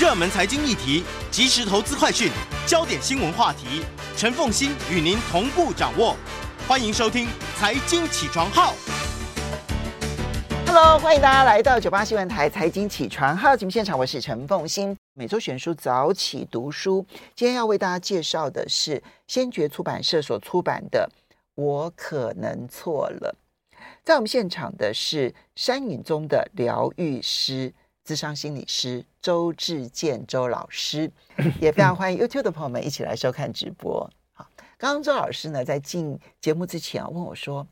热门财经议题、即时投资快讯、焦点新闻话题，陈凤馨与您同步掌握。欢迎收听《财经起床号》。 Hello， 欢迎大家来到98新闻台财经起床号节目现场，我是陈凤馨。每周选书早起读书，今天要为大家介绍的是先觉出版社所出版的《我可能错了》。在我们现场的是山允宗的疗愈师、諮商心理师周志健周老师，也非常欢迎 YouTube 的朋友们一起来收看直播。好，刚刚周老师呢在进节目之前问我说：“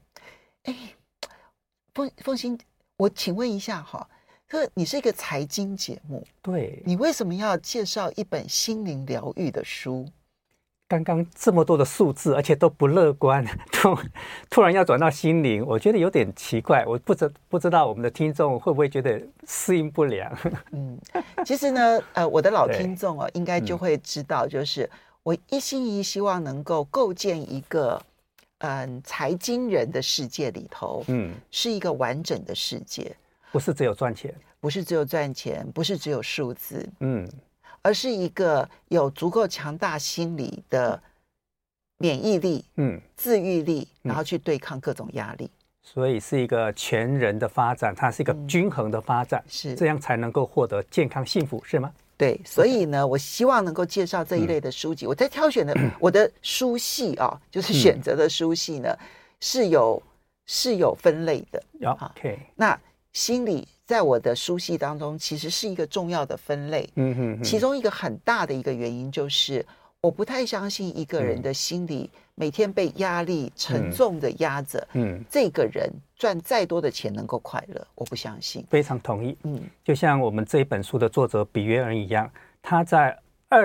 凤馨，我请问一下哈，你是一个财经节目， 对， 你为什么要介绍一本心灵疗愈的书？ 刚刚这么多的数字，而且都不乐观，突然要转到心灵，我觉得有点奇怪。我不知道我们的听众会不会觉得适应不良？ 其实呢，我的老听众哦，应该就会知道，就是我一心一意希望能够构建一个财经人的世界里头，是一个完整的世界， 不是只有赚钱， 不是只有赚钱，不是只有数字，而是一个有足够强大心理的免疫力、自愈力，然后去对抗各种压力。 所以是一个全人的发展，它是一个均衡的发展， 是这样才能够获得健康幸福，是吗？ 对，所以呢，我希望能够介绍这一类的书籍。我在挑选的我的书系啊，就是选择的书系呢，是有分类的。 OK， 那心理在我的书系当中其实是一个重要的分类。其中一个很大的一个原因就是，我不太相信一个人的心理每天被压力沉重的压着，这个人赚再多的钱能够快乐，我不相信。 非常同意。就像我们这一本书的作者比约恩一样，他在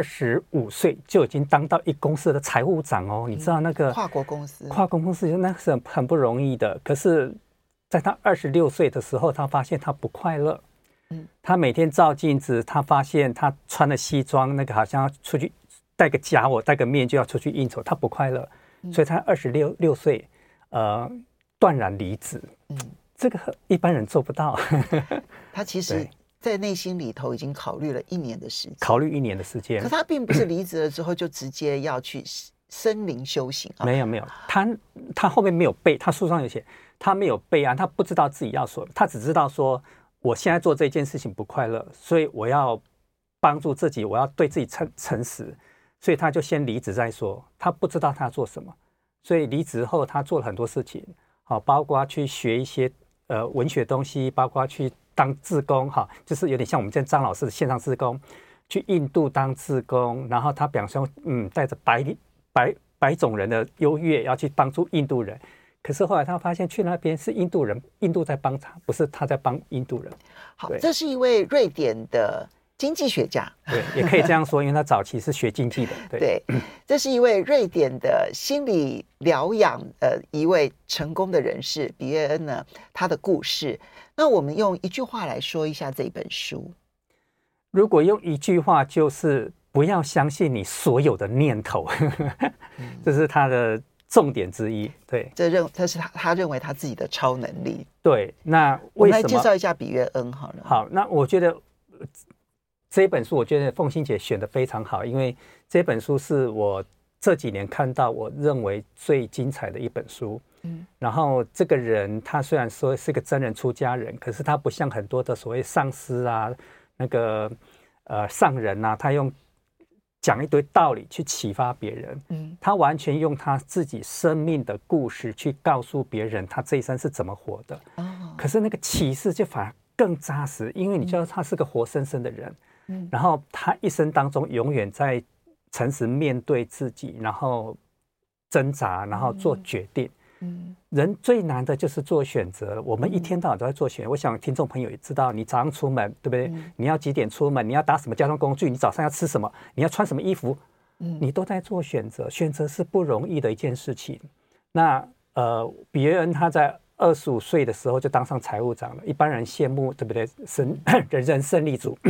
25岁就已经当到一公司的财务长哦。你知道那个跨国公司那是很不容易的。可是在他26岁的时候，他发现他不快乐。他每天照镜子，他发现他穿了西装，那个好像要出去戴个假我戴个面就要出去应酬，他不快乐。所以他26岁断然离职。这个一般人做不到。 他其实在内心里头已经考虑了1年的时间， 可他并不是离职了之后就直接要去森林修行。 没有，他后面没有备，他书上有写，他没有备案，他不知道自己要说，他只知道说我现在做这件事情不快乐，所以我要帮助自己，我要对自己诚实，所以他就先离职再说。他不知道他要做什么，所以离职后他做了很多事情，包括去学一些文学东西，包括去当志工，就是有点像我们这张老师的线上志工，去印度当志工，然后他比方说带着白种人的优越要去帮助印度人。可是后来他发现去那边是印度人，印度在帮他，不是他在帮印度人。 好，这是一位瑞典的经济学家， 对，也可以这样说，因为他早期是学经济的。 对，这是一位瑞典的心理疗养一位成功的人士比约恩呢，他的故事。那我们用一句话来说一下这本书。 如果用一句话，就是不要相信你所有的念头，这是他的重点之一。对， 这是他认为他自己的超能力。 对，那我们来介绍一下比约恩好了。 好，那我觉得这本书，我觉得凤馨姐选的非常好，因为这本书是我这几年看到我认为最精彩的一本书。然后这个人他虽然说是个真人出家人，可是他不像很多的所谓上师啊，那个上人啊，他用讲一堆道理去启发别人。他完全用他自己生命的故事去告诉别人他这一生是怎么活的。可是那个启示就反而更扎实，因为你知道他是个活生生的人。然后他一生当中永远在诚实面对自己，然后挣扎，然后做决定。人最难的就是做选择，我们一天到晚都在做选择。我想听众朋友也知道，你早上出门，对不对？你要几点出门？你要搭什么交通工具？你早上要吃什么？你要穿什么衣服？你都在做选择，选择是不容易的一件事情。那比约恩他在25岁的时候就当上财务长了，一般人羡慕，对不对？人生胜利组，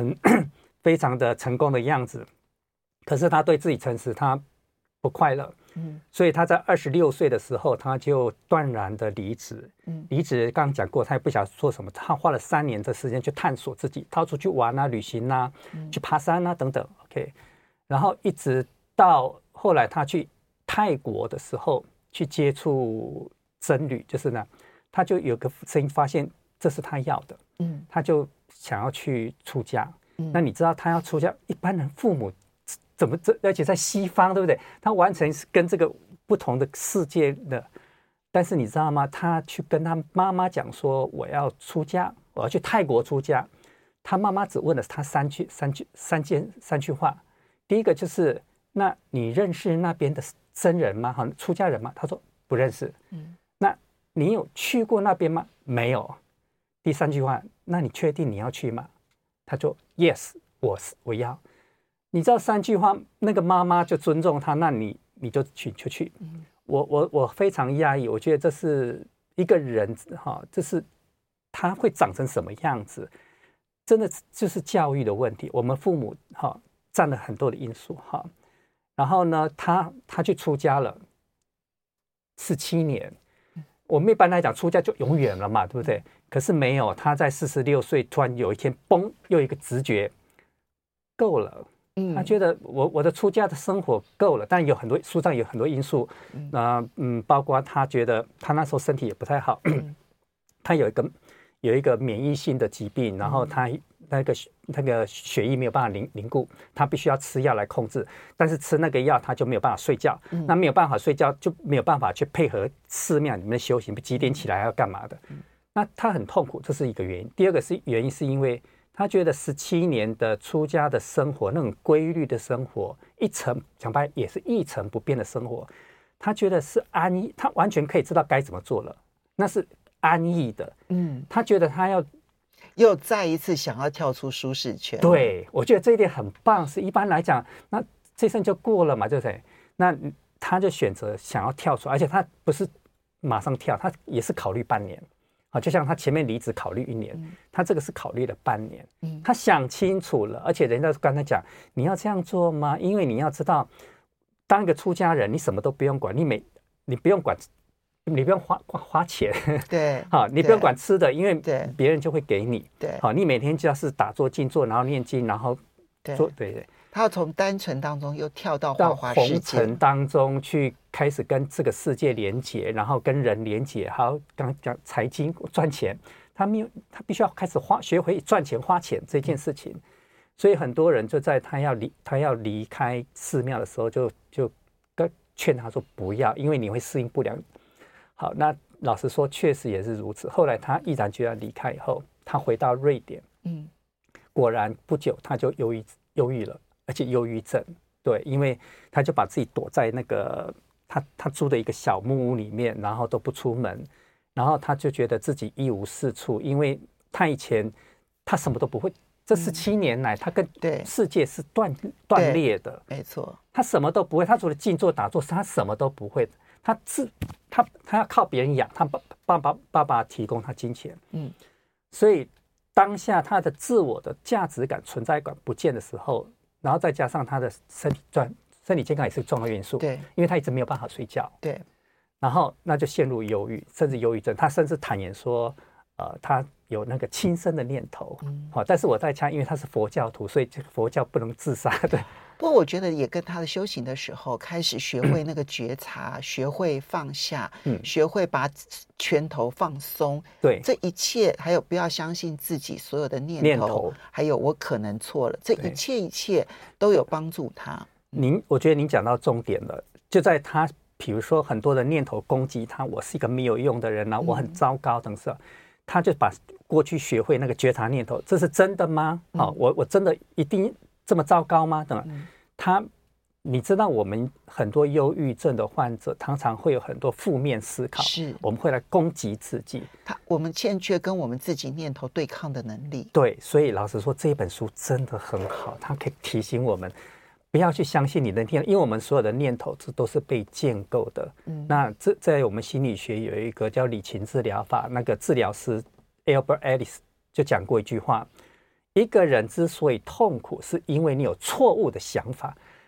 非常的成功的样子。可是他对自己诚实，他不快乐。 所以他在26岁的时候，他就断然的离职。离职刚刚讲过，他也不晓得做什么，他花了3年的时间去探索自己，到处去玩啊、旅行啊、去爬山啊等等。OK， 然后一直到后来他去泰国的时候，去接触僧侣，就是呢，他就有个声音发现这是他要的，他就想要去出家。那你知道他要出家，一般人父母怎么而且在西方，对不对？他完全是跟这个不同的世界的。但是你知道吗？他去跟他妈妈讲说我要出家，我要去泰国出家。他妈妈只问了他三句话。第一个就是，那你认识那边的僧人吗？哈，出家人吗？他说不认识。那你有去过那边吗？没有。第3句话，那你确定你要去吗？他说 yes， 我要。你知道3句话，那个妈妈就尊重他，那你就去。我非常讶异，我觉得这是一个人哈，这是他会长成什么样子，真的就是教育的问题。我们父母哈占了很多的因素哈。然后呢，他去出家了17年。我们一般来讲出家就永远了嘛，对不对？可是没有，他在46岁突然有一天，嘣，又一个直觉，够了。他觉得我的出家的生活够了，但有很多书上有很多因素，包括他觉得他那时候身体也不太好，他有一个免疫性的疾病，然后他那个血液没有办法凝固，他必须要吃药来控制，但是吃那个药他就没有办法睡觉，那没有办法睡觉就没有办法去配合寺庙里面修行，几点起来要干嘛的，那他很痛苦，这是一个原因。第二个原因是因为他觉得17年的出家的生活，那种规律的生活，讲白也是一成不变的生活，他觉得是安逸，他完全可以知道该怎么做了，那是安逸的。他觉得他又再一次想要跳出舒适圈。 对，我觉得这一点很棒。是一般来讲，那这生就过了嘛，对不对？那他就选择想要跳出，而且他不是马上跳，他也是考虑半年。就像他前面离职考虑1年，他这个是考虑了半年，他想清楚了，而且人家刚才讲，你要这样做吗？因为你要知道，当一个出家人，你什么都不用管，你不用管，你不用花钱， 对， 好，你不用管吃的，因为别人就会给你， 对， 好，你每天就要是打坐静坐，然后念经，然后做，对。 他要从单纯当中又跳到花花世界， 红尘当中去开始跟这个世界连结，然后跟人连结。还有刚刚讲财经赚钱，他必须要开始学会赚钱花钱这件事情。所以很多人就在他要离开寺庙的时候，就劝他说不要，因为你会适应不良。好，那老实说，确实也是如此。后来他毅然决然离开以后，他回到瑞典，果然不久他就忧郁了。而且忧郁症，对，因为他就把自己躲在那个他住的一个小木屋里面，然后都不出门，然后他就觉得自己一无是处，因为他以前他什么都不会，这17年来他跟世界是断裂的， 没错， 他什么都不会，他除了静坐打坐，他什么都不会，他要靠别人养，他爸爸提供他金钱，所以当下他的自我的价值感、存在感不见的时候。然后再加上他的身体健康也是重要元素，对，因为他一直没有办法睡觉，对，然后那就陷入忧郁，甚至忧郁症。他甚至坦言说，他有那个轻生的念头，但是我在猜，因为他是佛教徒，所以这个佛教不能自杀的。 不过我觉得也跟他的修行的时候，开始学会那个觉察，学会放下，学会把拳头放松。对，这一切还有不要相信自己所有的念头，还有我可能错了，这一切都有帮助他。 我觉得您讲到重点了，就在他比如说很多的念头攻击他，我是一个没有用的人啊，我很糟糕等等，他就把过去学会那个觉察念头，这是真的吗？我真的一定这么糟糕吗？等等，你知道我们很多忧郁症的患者常常会有很多负面思考，是我们会来攻击自己， 我们欠缺跟我们自己念头对抗的能力。 对，所以老实说，这本书真的很好，它可以提醒我们不要去相信你的念头，因为我们所有的念头这都是被建构的。那在我们心理学有一个叫理情治疗法，那个治疗师 Albert Ellis 就讲过一句话：一个人之所以痛苦，是因为你有错误的想法。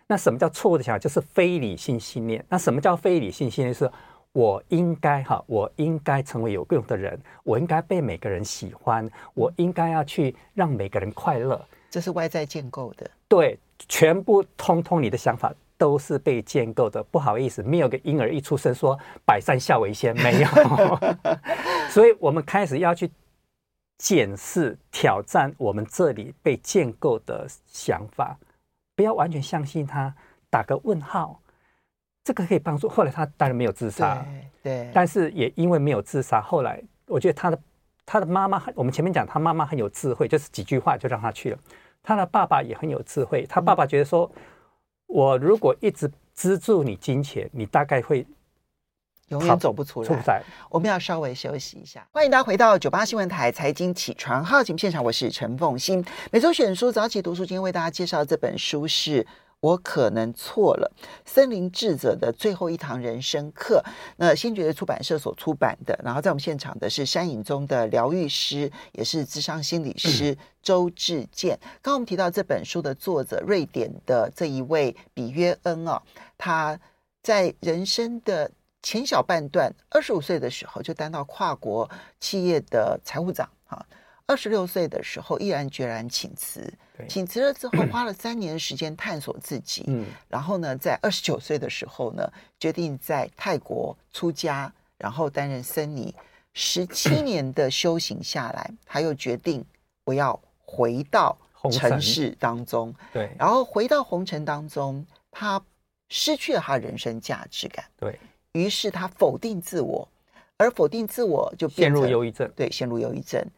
那什么叫错误的想法？就是非理性信念。那什么叫非理性信念？是我应该成为有用的人，我应该被每个人喜欢，我应该要去让每个人快乐。 这是外在建构的。 对，全部通通你的想法都是被建构的。不好意思，没有个婴儿一出生说百善孝为先，没有。所以我们开始要去检视、挑战我们这里被建构的想法，不要完全相信他，打个问号。这个可以帮助。后来他当然没有自杀， 对， 但是也因为没有自杀，后来我觉得他的妈妈，我们前面讲他妈妈很有智慧，就是几句话就让他去了。他的爸爸也很有智慧，他爸爸觉得说，我如果一直资助你金钱，你大概会永远走不出来。我们要稍微休息一下。欢迎大家回到98新闻台财经起床号节目现场，我是陈凤馨。每周选书早起读书，今天为大家介绍这本书是我可能错了，森林智者的最后一堂人生课。那先觉出版社所出版的，然后在我们现场的是山影宗的疗愈师，也是諮商心理师周志健。刚刚我们提到这本书的作者，瑞典的这一位比约恩他在人生的前小半段，25岁的时候就担到跨国企业的财务长26岁的时候毅然决然请辞，请辞了之后花了3年的时间探索自己，然后呢在29岁的时候呢决定在泰国出家，然后担任僧尼。17年的修行下来，他又决定我要回到尘世当中， 对， 然后回到红尘当中，他失去了他人生价值感， 对，于是他否定自我，而否定自我就变成陷入忧郁症， 对，陷入忧郁症。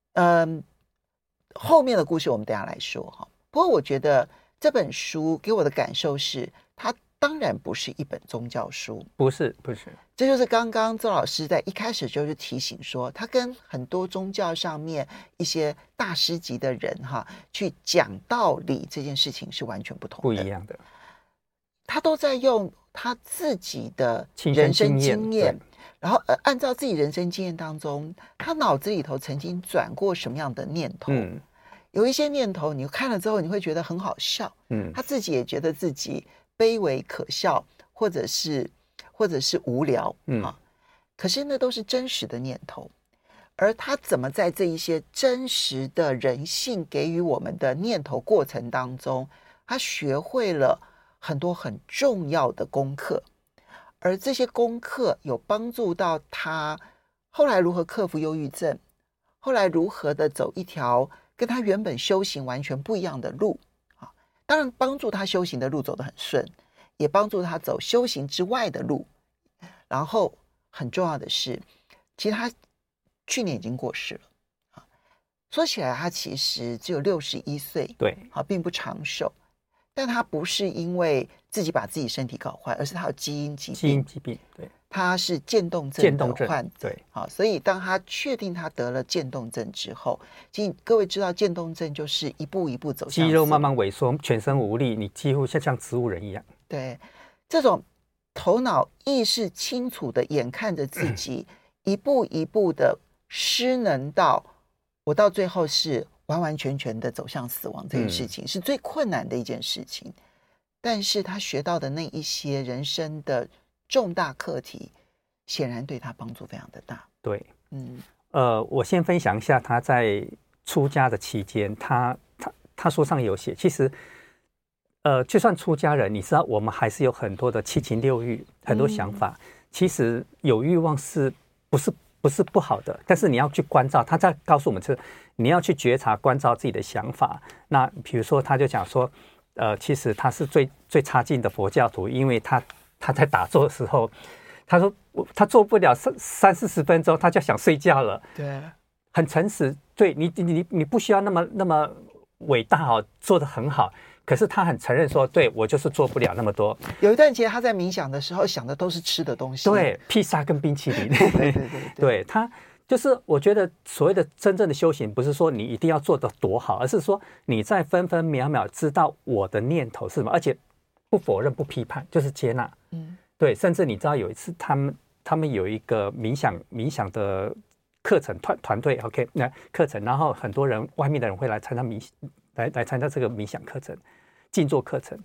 后面的故事我们等一下来说哈。不过我觉得这本书给我的感受是，它当然不是一本宗教书， 不是， 这就是刚刚周老师在一开始就是提醒说，他跟很多宗教上面一些大师级的人去讲道理这件事情是完全不同的， 不一样的。 他都在用他自己的人生经验，然后按照自己人生经验当中，他脑子里头曾经转过什么样的念头，有一些念头你看了之后你会觉得很好笑，他自己也觉得自己卑微可笑，或者是无聊，可是那都是真实的念头。而他怎么在这一些真实的人性给予我们的念头过程当中，他学会了很多很重要的功课，而这些功课有帮助到他后来如何克服忧郁症，后来如何的走一条跟他原本修行完全不一样的路当然帮助他修行的路走得很顺，也帮助他走修行之外的路。然后很重要的是，其实他去年已经过世了说起来他其实只有61岁， 对， 并不长寿。但他不是因为自己把自己身体搞坏，而是他有基因疾病，对，他是渐冻症的患者， 对， 所以当他确定他得了渐冻症之后，其实各位知道渐冻症就是一步一步走向肌肉慢慢萎缩，全身无力，你几乎像植物人一样。 对，这种头脑意识清楚的眼看着自己一步一步的失能到我到最后是完完全全的走向死亡，这件事情是最困难的一件事情。但是他学到的那一些人生的重大课题，显然对他帮助非常的大。 对，我先分享一下他在出家的期间，他书上有写，其实就算出家人，你知道我们还是有很多的七情六欲，很多想法。其实有欲望是不是不好的，但是你要去关照。他在告诉我们是你要去觉察关照自己的想法。那比如说他就讲说其实他是最差劲的佛教徒，因为他在打坐的时候，他说他做不了30-40分钟他就想睡觉了。 对， 很诚实。对，你不需要那么伟大做得很好，可是他很承认说，对，我就是做不了那么多。 有一段时间他在冥想的时候想的都是吃的东西， 对，披萨跟冰淇淋。对，他就是我觉得所谓的真正的修行，不是说你一定要做得多好，而是说你在分分秒秒知道我的念头是什么，而且不否认不批判，就是接纳。对，甚至你知道有一次他们有一个冥想的课程团队 ，OK， 那课程，然后很多人外面的人会来参加来参加这个冥想课程、静坐课程。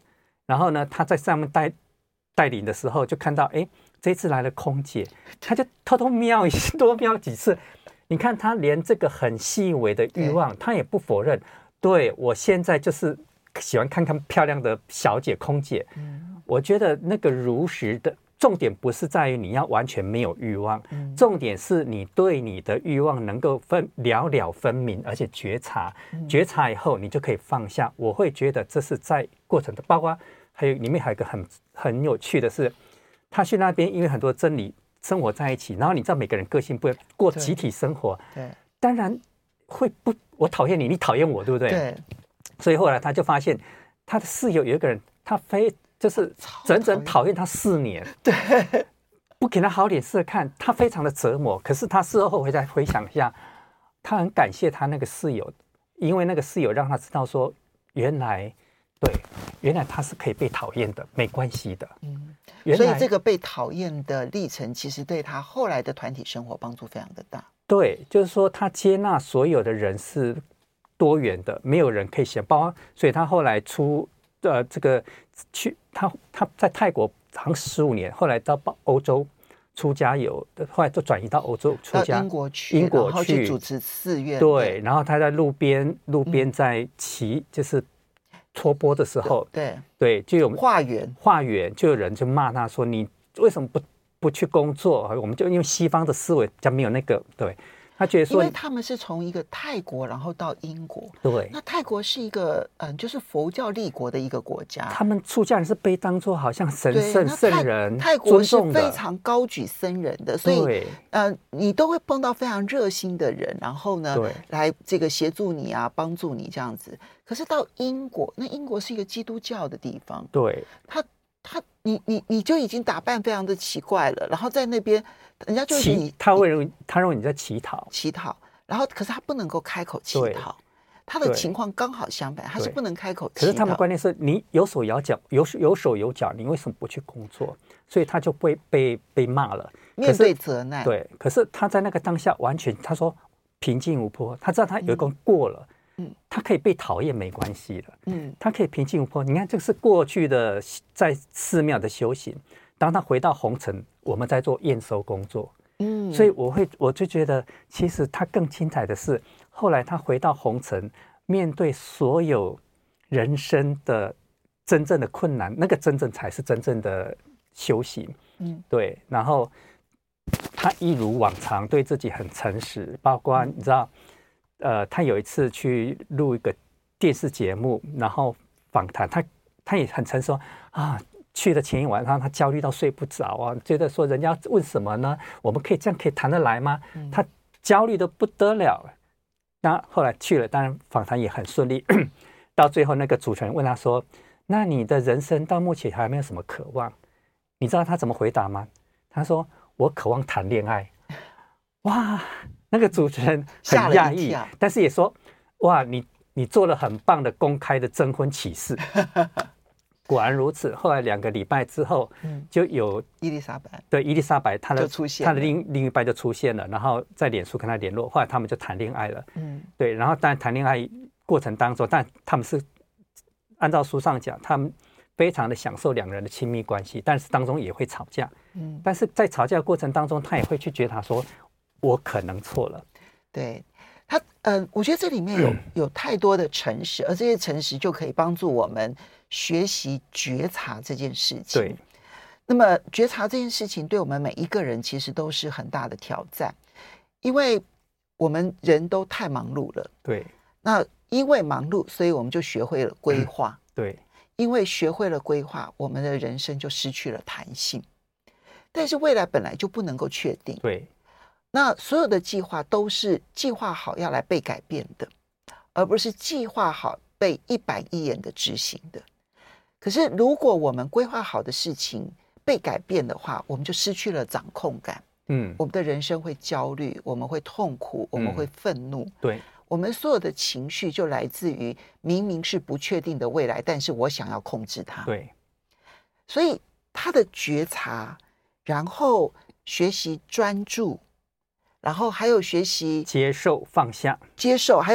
然后呢，他在上面带领的时候，就看到这次来了空姐，他就偷偷瞄多瞄几次。你看他连这个很细微的欲望，他也不否认。对，我现在就是喜欢看看漂亮的小姐空姐。我觉得那个如实的重点不是在于你要完全没有欲望，重点是你对你的欲望能够了了分明，而且觉察，觉察以后你就可以放下。我会觉得这是在过程的，包括还有里面还有一个很有趣的是，他去那边因为很多真理生活在一起，然后你知道每个人个性不一样，过集体生活，对，当然会不，我讨厌你，你讨厌我，对不对？对。所以后来他就发现，他的室友有一个人，他就是整整讨厌他4年，对，不给他好脸色看，他非常的折磨。可是他事后回来回想一下，他很感谢他那个室友，因为那个室友让他知道说，原来他是可以被讨厌的，没关系的。 所以这个被讨厌的历程，其实对他后来的团体生活帮助非常的大。对， 就是说他接纳所有的人是多元的，没有人可以包括，所以他后来这个去他在泰国好像15年，后来到欧洲出家有，后来就转移到欧洲出家， 到英国去，然后去主持寺院。 对，然后他在路边在就是托钵的时候，对，就有化缘， 就有人就骂他说：“你为什么不去工作？”我们就因为西方的思维比较没有那个，对，他觉得说， 因为他们是从一个泰国，然后到英国， 对， 那泰国是一个就是佛教立国的一个国家， 他们出家人是被当作好像神圣人， 泰国是非常高举僧人的，所以你都会碰到非常热心的人，然后呢，来这个协助你啊，帮助你这样子。可是到英国，那英国是一个基督教的地方， 对， 你就已经打扮非常的奇怪了，然后在那边人家就他认为你在乞讨， 然后可是他不能够开口乞讨，他的情况刚好相反，他是不能开口乞讨。 可是他们观念是你有手有脚，有手有脚，你为什么不去工作？所以他就被骂了， 面对责难。 对，可是他在那个当下完全他说平静无波，他知道他有一个过了。他可以被讨厌没关系的，他可以平静无波。你看，这是过去的在寺庙的修行。当他回到红尘，我们在做验收工作，所以我就觉得，其实他更精彩的是，后来他回到红尘，面对所有人生的真正的困难，那个真正才是真正的修行。对。然后他一如往常对自己很诚实，包括你知道。他有一次去录一个电视节目，然后访谈，他也很诚实说去的前一晚上他焦虑到睡不着啊，觉得说人家问什么呢？我们可以谈得来吗？他焦虑的不得了。那后来去了，当然访谈也很顺利。到最后那个主持人问他说：“那你的人生到目前还没有什么渴望？”你知道他怎么回答吗？他说：“我渴望谈恋爱。”哇！那个主持人很讶异，但是也说：“哇，你做了很棒的公开的征婚启事。”果然如此。后来2个礼拜之后，就有伊丽莎白， 对，伊丽莎白她的另一半就出现了，然后在脸书跟他联络，后来他们就谈恋爱了。对，然后当然谈恋爱过程当中，但他们是按照书上讲，他们非常的享受2个人的亲密关系，但是当中也会吵架。但是在吵架的过程当中，他也会去觉察说。我可能错了， 对他，我觉得这里面有太多的诚实，而这些诚实就可以帮助我们学习觉察这件事情。对，那么觉察这件事情对我们每一个人其实都是很大的挑战，因为我们人都太忙碌了。对，那因为忙碌，所以我们就学会了规划。对，因为学会了规划，我们的人生就失去了弹性。但是未来本来就不能够确定。对。那所有的计划都是计划好要来被改变的，而不是计划好被一板一眼的执行的。可是如果我们规划好的事情被改变的话，我们就失去了掌控感。我们的人生会焦虑，我们会痛苦，我们会愤怒。对，我们所有的情绪就来自于明明是不确定的未来，但是我想要控制它。对，所以他的觉察，然后学习专注。然后还有学习接受放下， 接受，还有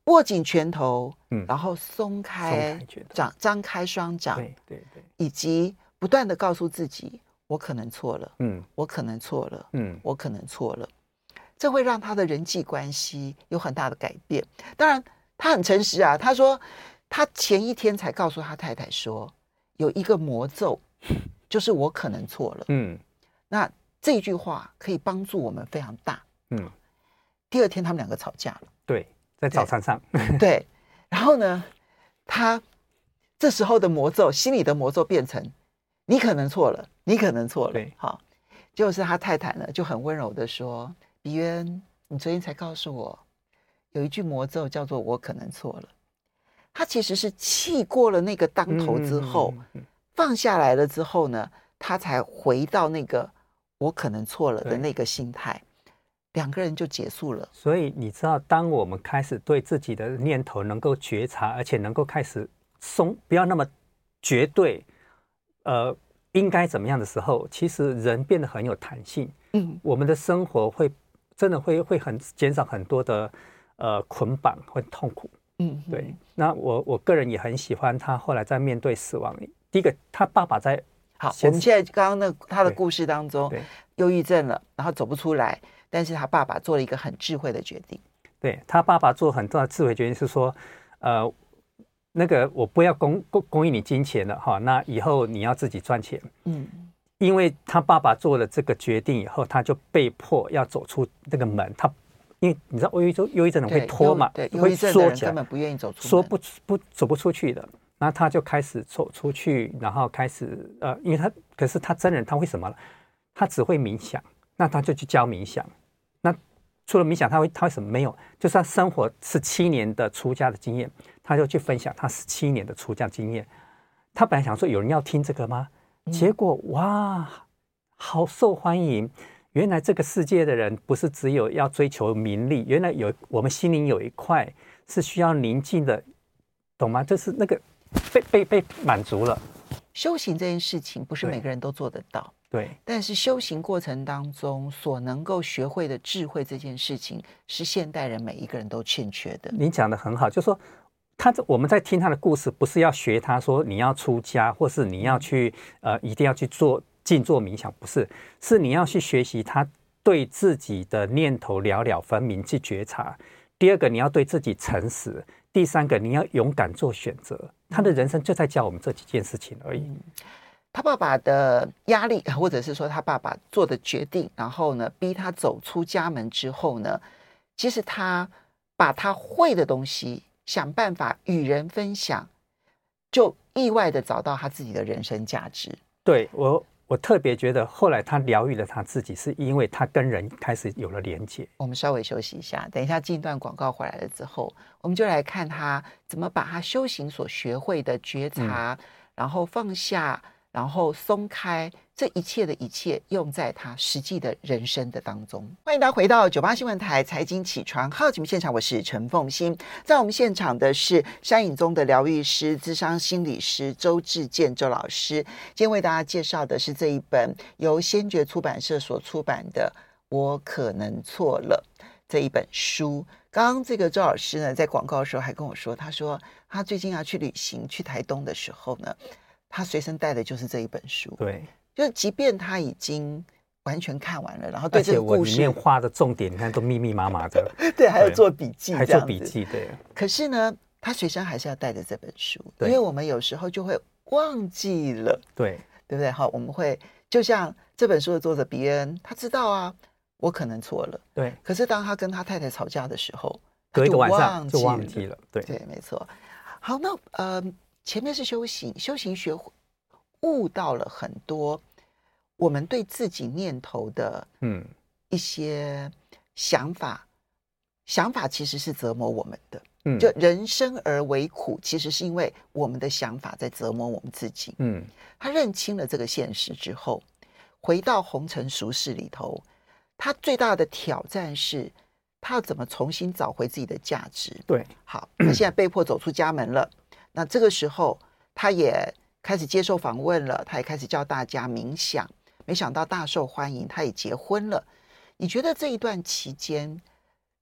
握紧拳头，然后松开掌，张开双掌， 对， 以及不断的告诉自己，我可能错了，我可能错了，我可能错了。这会让他的人际关系有很大的改变。当然，他很诚实啊，他说他前一天才告诉他太太说，有一个魔咒，就是我可能错了。那这句话可以帮助我们非常大。第二天他们两个吵架了。 对，在早餐上。 对，然后呢，他这时候的魔咒，心里的魔咒变成你可能错了，你可能错了。 对， 好，就是他太太呢就很温柔的说，比渊，你昨天才告诉我有一句魔咒叫做我可能错了。他其实是气过了那个当头之后，放下来了之后呢，他才回到那个我可能错了的那个心态，两个人就结束了。 所以你知道，当我们开始对自己的念头能够觉察，而且能够开始不要那么绝对，应该怎么样的时候，其实人变得很有弹性。我们的生活真的会很减少很多的捆绑或痛苦。对。那我个人也很喜欢他后来在面对死亡。第一个，他爸爸在好，我们现在刚刚他的故事当中，忧郁症了，然后走不出来，但是他爸爸做了一个很智慧的决定。对， 他爸爸做很大的智慧决定是说，那个我不要供应你金钱了哈，那以后你要自己赚钱。因为他爸爸做了这个决定以后，他就被迫要走出那个门。因为你知道忧郁症人会拖嘛，会缩起来， 根本不愿意走出门， 走不出去的。然后他就开始走出去，然后开始因为可是他真人他会什么呢？他只会冥想，那他就去教冥想。那除了冥想，他会什么？没有，就是他生活17年的出家的经验，他就去分享他17年的出家经验。他本来想说有人要听这个吗？结果哇，好受欢迎！原来这个世界的人不是只有要追求名利，原来我们心灵有一块是需要宁静的，懂吗？就是那个被满足了。 修行这件事情不是每个人都做得到， 对。 但是修行过程当中所能够学会的智慧这件事情，是现代人每一个人都欠缺的。 你讲得很好，就是说我们在听他的故事，不是要学他说你要出家，或是你要去一定要去做静坐冥想，不是，是你要去学习他对自己的念头了了分明去觉察。第二个，你要对自己诚实。第三个，你要勇敢做选择。他的人生就在教我们这几件事情而已。 他爸爸的压力，或者是说他爸爸做的决定，然后呢逼他走出家门之后呢，其实他把他会的东西想办法与人分享，就意外的找到他自己的人生价值。 对，我特别觉得后来他疗愈了他自己，是因为他跟人开始有了连结。 我们稍微休息一下，等一下进一段广告回来了之后，我们就来看他怎么把他修行所学会的觉察，然后放下，然后松开，这一切的一切用在他实际的人生的当中。欢迎大家回到98新闻台财经起床号节目现场，我是陈凤馨。在我们现场的是山影宗的疗愈师、諮商心理师周志健周老师。今天为大家介绍的是这一本由先觉出版社所出版的《我可能错了》这一本书。刚刚这个周老师呢，在广告的时候还跟我说，他说他最近要去旅行，去台东的时候呢，他随身带的就是这一本书。 对， 就是即便他已经完全看完了，然后对这个故事， 而且我里面画的重点，你看都密密麻麻的。 对，还有做笔记， 还做笔记，对。 可是呢，他随身还是要带着这本书，因为我们有时候就会忘记了， 对不对？好，我们会就像这本书的作者比恩，他知道啊，我可能错了， 对。 可是当他跟他太太吵架的时候， 隔一个晚上就忘记了，对， 没错。好，那前面是修行学悟到了很多我们对自己念头的一些想法其实是折磨我们的。就人生而为苦，其实是因为我们的想法在折磨我们自己。他认清了这个现实之后，回到红尘俗世里头，他最大的挑战是他要怎么重新找回自己的价值。 对， 好，他现在被迫走出家门了，那这个时候他也开始接受访问了，他也开始教大家冥想，没想到大受欢迎，他也结婚了。你觉得这一段期间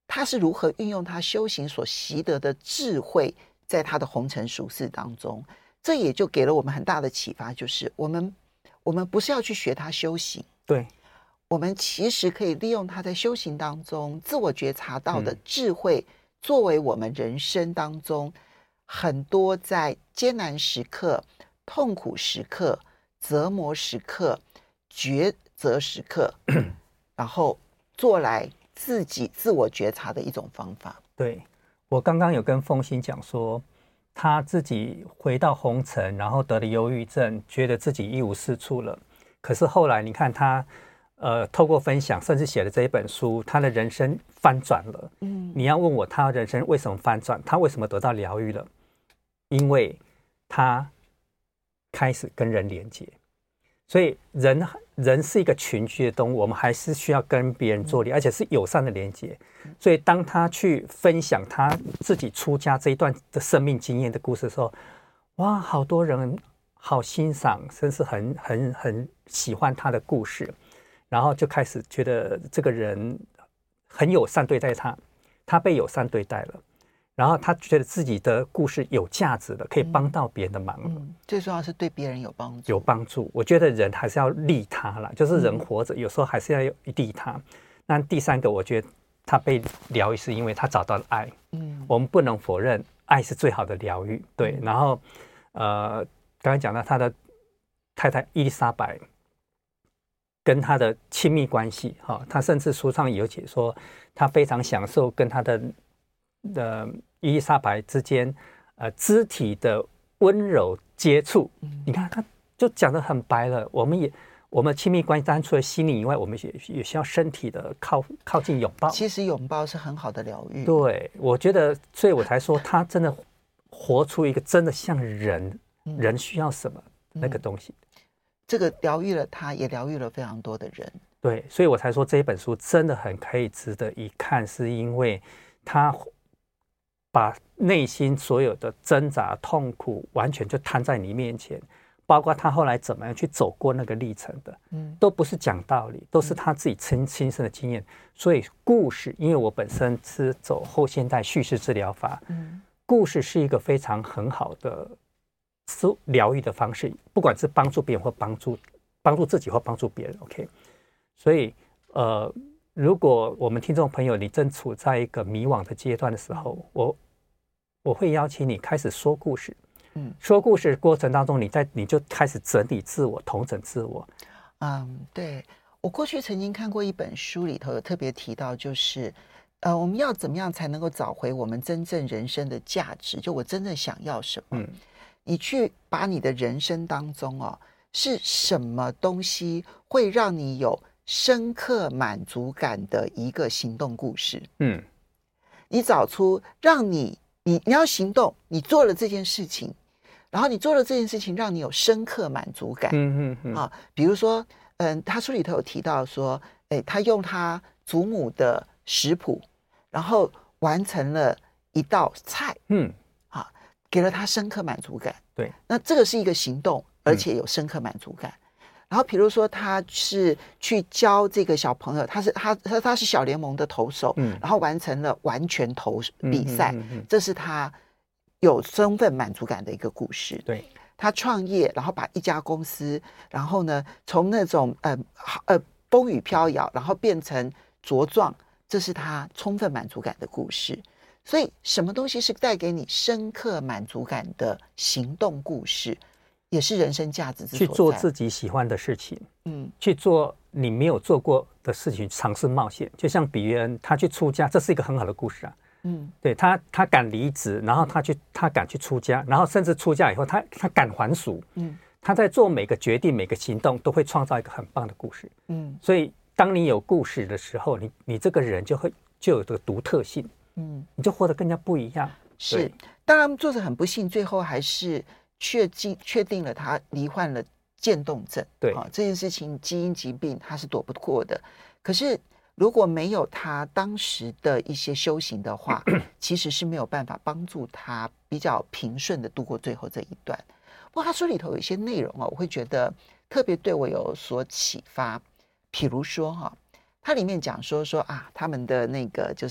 他是如何运用他修行所习得的智慧，在他的红尘俗世当中，这也就给了我们很大的启发，就是我们不是要去学他修行， 对， 我们其实可以利用他在修行当中自我觉察到的智慧，作为我们人生当中很多在艰难时刻、痛苦时刻、折磨时刻、抉择时刻然后做来自己自我觉察的一种方法。 对，我刚刚有跟凤馨讲说，他自己回到红尘，然后得了忧郁症，觉得自己一无是处了。可是后来你看他透过分享，甚至写了这一本书，他的人生翻转了。你要问我他人生为什么翻转，他为什么得到疗愈了？因为他开始跟人连接。所以人是一个群居的动物，我们还是需要跟别人做连，而且是友善的连接。所以当他去分享他自己出家这一段的生命经验的故事的时候，哇，好多人好欣赏，甚至很喜欢他的故事，然后就开始觉得这个人很友善对待他，他被友善对待了。然后他觉得自己的故事有价值的，可以帮到别人的忙了。 最重要是对别人有帮助。 有帮助，我觉得人还是要利他啦，就是人活着，有时候还是要利他。那第三个，我觉得他被疗愈是因为他找到了爱。我们不能否认爱是最好的疗愈。对，然后刚才讲到他的太太伊丽莎白跟他的亲密关系，他甚至书上有写说，他非常享受跟他的伊丽莎白之间肢体的温柔接触。你看他就讲得很白了，我们亲密关系当然除了心理以外，我们也需要身体的靠近拥抱。 其实拥抱是很好的疗愈。 对，我觉得，所以我才说他真的活出一个真的像人需要什么那个东西。 这个疗愈了他，也疗愈了非常多的人。 对，所以我才说这一本书真的很可以值得一看，是因为他把内心所有的挣扎痛苦完全就摊在你面前，包括他后来怎么样去走过那个历程的，都不是讲道理，都是他自己亲身的经验。所以故事，因为我本身是走后现代叙事治疗法，故事是一个非常很好的疗愈的方式，不管是帮助别人或帮助自己或帮助别人。OK， 所以如果我们听众朋友你正处在一个迷惘的阶段的时候，我会邀请你开始说故事。说故事的过程当中，你就开始整理自我，统整自我。 对，我过去曾经看过一本书，里头有特别提到，就是我们要怎么样才能够找回我们真正人生的价值？就我真正想要什么？你去把你的人生当中是什么东西会让你有深刻满足感的一个行动故事。你找出让你要行动，你做了这件事情，然后你做了这件事情让你有深刻满足感。比如说他书里头有提到说，他用他祖母的食谱，然后完成了一道菜，给了他深刻满足感。 对， 那这个是一个行动，而且有深刻满足感。然后比如说他是去教这个小朋友，他是小联盟的投手，然后完成了完全投比赛，这是他有身份满足感的一个故事。 对， 他创业，然后把一家公司，然后呢从那种风雨飘摇，然后变成茁壮，这是他充分满足感的故事。所以什么东西是带给你深刻满足感的行动故事，也是人生价值之所在。 去做自己喜欢的事情，去做你没有做过的事情，尝试冒险。就像比约恩，他去出家，这是一个很好的故事啊。对，他敢离职，然后他敢去出家，然后甚至出家以后，他敢还俗。他在做每个决定、每个行动，都会创造一个很棒的故事。所以当你有故事的时候，你这个人就有这个独特性。你就活得更加不一样。 是，当然作者很不幸，最后还是确定了他罹患了渐冻症。 对， 这件事情基因疾病他是躲不过的。可是如果没有他当时的一些修行的话，其实是没有办法帮助他比较平顺的度过最后这一段。不过他书里头有一些内容我会觉得特别对我有所启发。比如说他里面讲说他们的那个就是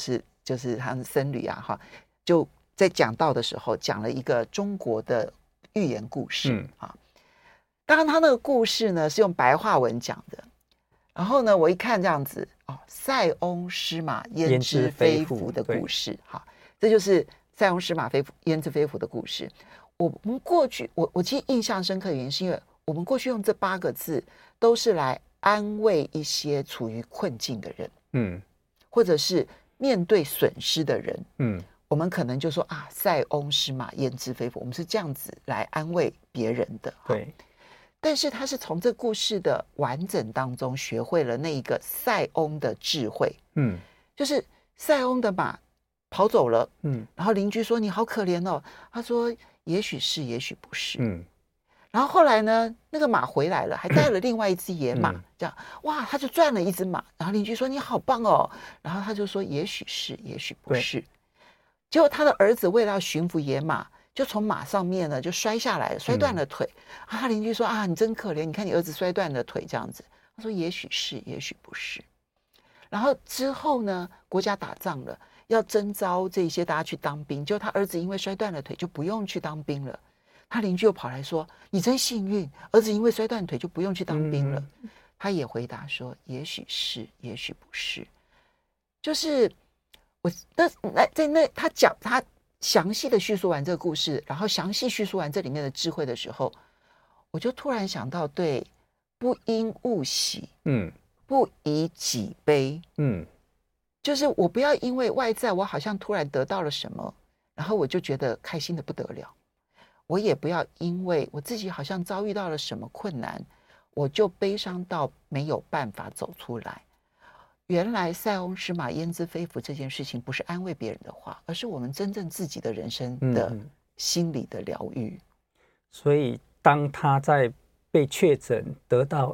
就是他们僧侣啊哈，就在讲道的时候讲了一个中国的寓言故事啊。当然他那个故事呢是用白话文讲的，然后呢我一看这样子塞翁失马焉知非福的故事，好，这就是塞翁失马焉知非福的故事。我们过去我其实印象深刻的原因是因为我们过去用这8个字都是来安慰一些处于困境的人，或者是面对损失的人，我们可能就说啊，塞翁失马焉知非福，我们是这样子来安慰别人的。 对， 但是他是从这故事的完整当中学会了那一个塞翁的智慧，就是塞翁的马跑走了，然后邻居说你好可怜哦，他说也许是也许不是，然后后来呢那个马回来了，还带了另外一只野马，这样哇他就赚了一只马，然后邻居说你好棒哦，然后他就说也许是也许不是，结果他的儿子为了要驯服野马，就从马上面呢就摔下来，摔断了腿，他邻居说啊你真可怜，你看你儿子摔断了腿这样子，他说也许是也许不是。然后之后呢国家打仗了，要征召这些大家去当兵，就他儿子因为摔断了腿就不用去当兵了，他邻居又跑来说你真幸运，儿子因为摔断腿就不用去当兵了，他也回答说也许是也许不是。就是我他详细的叙述完这个故事，然后详细叙述完这里面的智慧的时候，我就突然想到，对，不因物喜，不以己悲，就是我不要因为外在我好像突然得到了什么，然后我就觉得开心的不得了，我也不要因为我自己好像遭遇到了什么困难，我就悲伤到没有办法走出来。原来塞翁失马焉知非福这件事情不是安慰别人的话，而是我们真正自己的人生的心理的疗愈。 所以当他在被确诊得到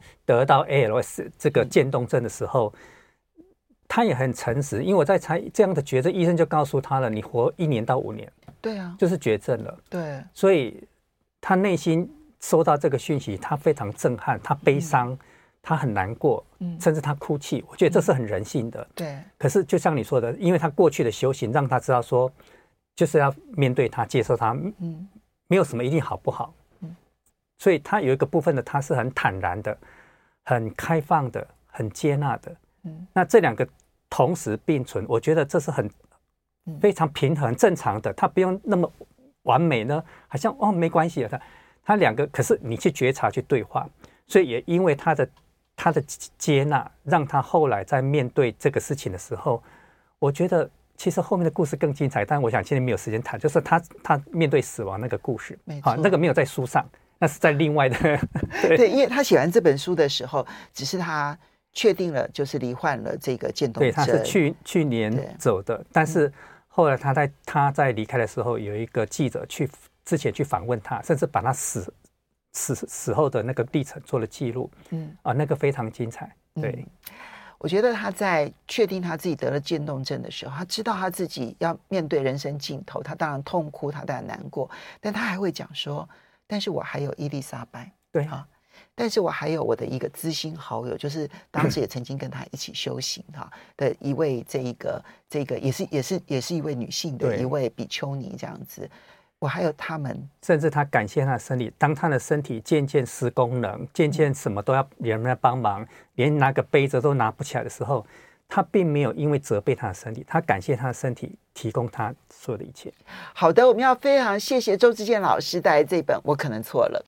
ALS 这个渐冻症的时候，他也很诚实，因为我在猜这样的绝症，医生就告诉他了，你活1年到5年， 对啊， 就是绝症了。 对， 所以他内心收到这个讯息，他非常震撼，他悲伤，他很难过，甚至他哭泣。我觉得这是很人性的。 对。 可是就像你说的，因为他过去的修行，让他知道说，就是要面对他，接受他，没有什么一定好不好。所以他有一个部分的，他是很坦然的，很开放的，很接纳的。那这2个同时并存，我觉得这是很非常平衡正常的，他不用那么完美呢，好像没关系的。他2个，可是你去觉察去对话，所以也因为他的接纳，让他后来在面对这个事情的时候，我觉得其实后面的故事更精彩，但我想现在没有时间谈，就是他面对死亡那个故事，那个没有在书上，那是在另外的对，因为他写完这本书的时候，只是他确定了就是罹患了这个渐冻症， 对，他是去年走的，但是后来他在离开的时候，有一个记者之前去访问他，甚至把他死后的那个历程做了记录，那个非常精彩。对， 我觉得他在确定他自己得了渐冻症的时候，他知道他自己要面对人生尽头，他当然痛哭，他当然难过，但他还会讲说，但是我还有伊丽莎白， 对啊，但是我还有我的一个知心好友，就是当时也曾经跟他一起修行的一位这个也是一位女性的一位比丘尼这样子。我还有他们， 甚至他感谢他的身体，当他的身体渐渐失功能，渐渐什么都要人来帮忙，连拿个杯子都拿不起来的时候，他并没有因为责备他的身体，他感谢他的身体提供他所有的一切。 好的，我们要非常谢谢周志健老师带来这本《我可能错了》。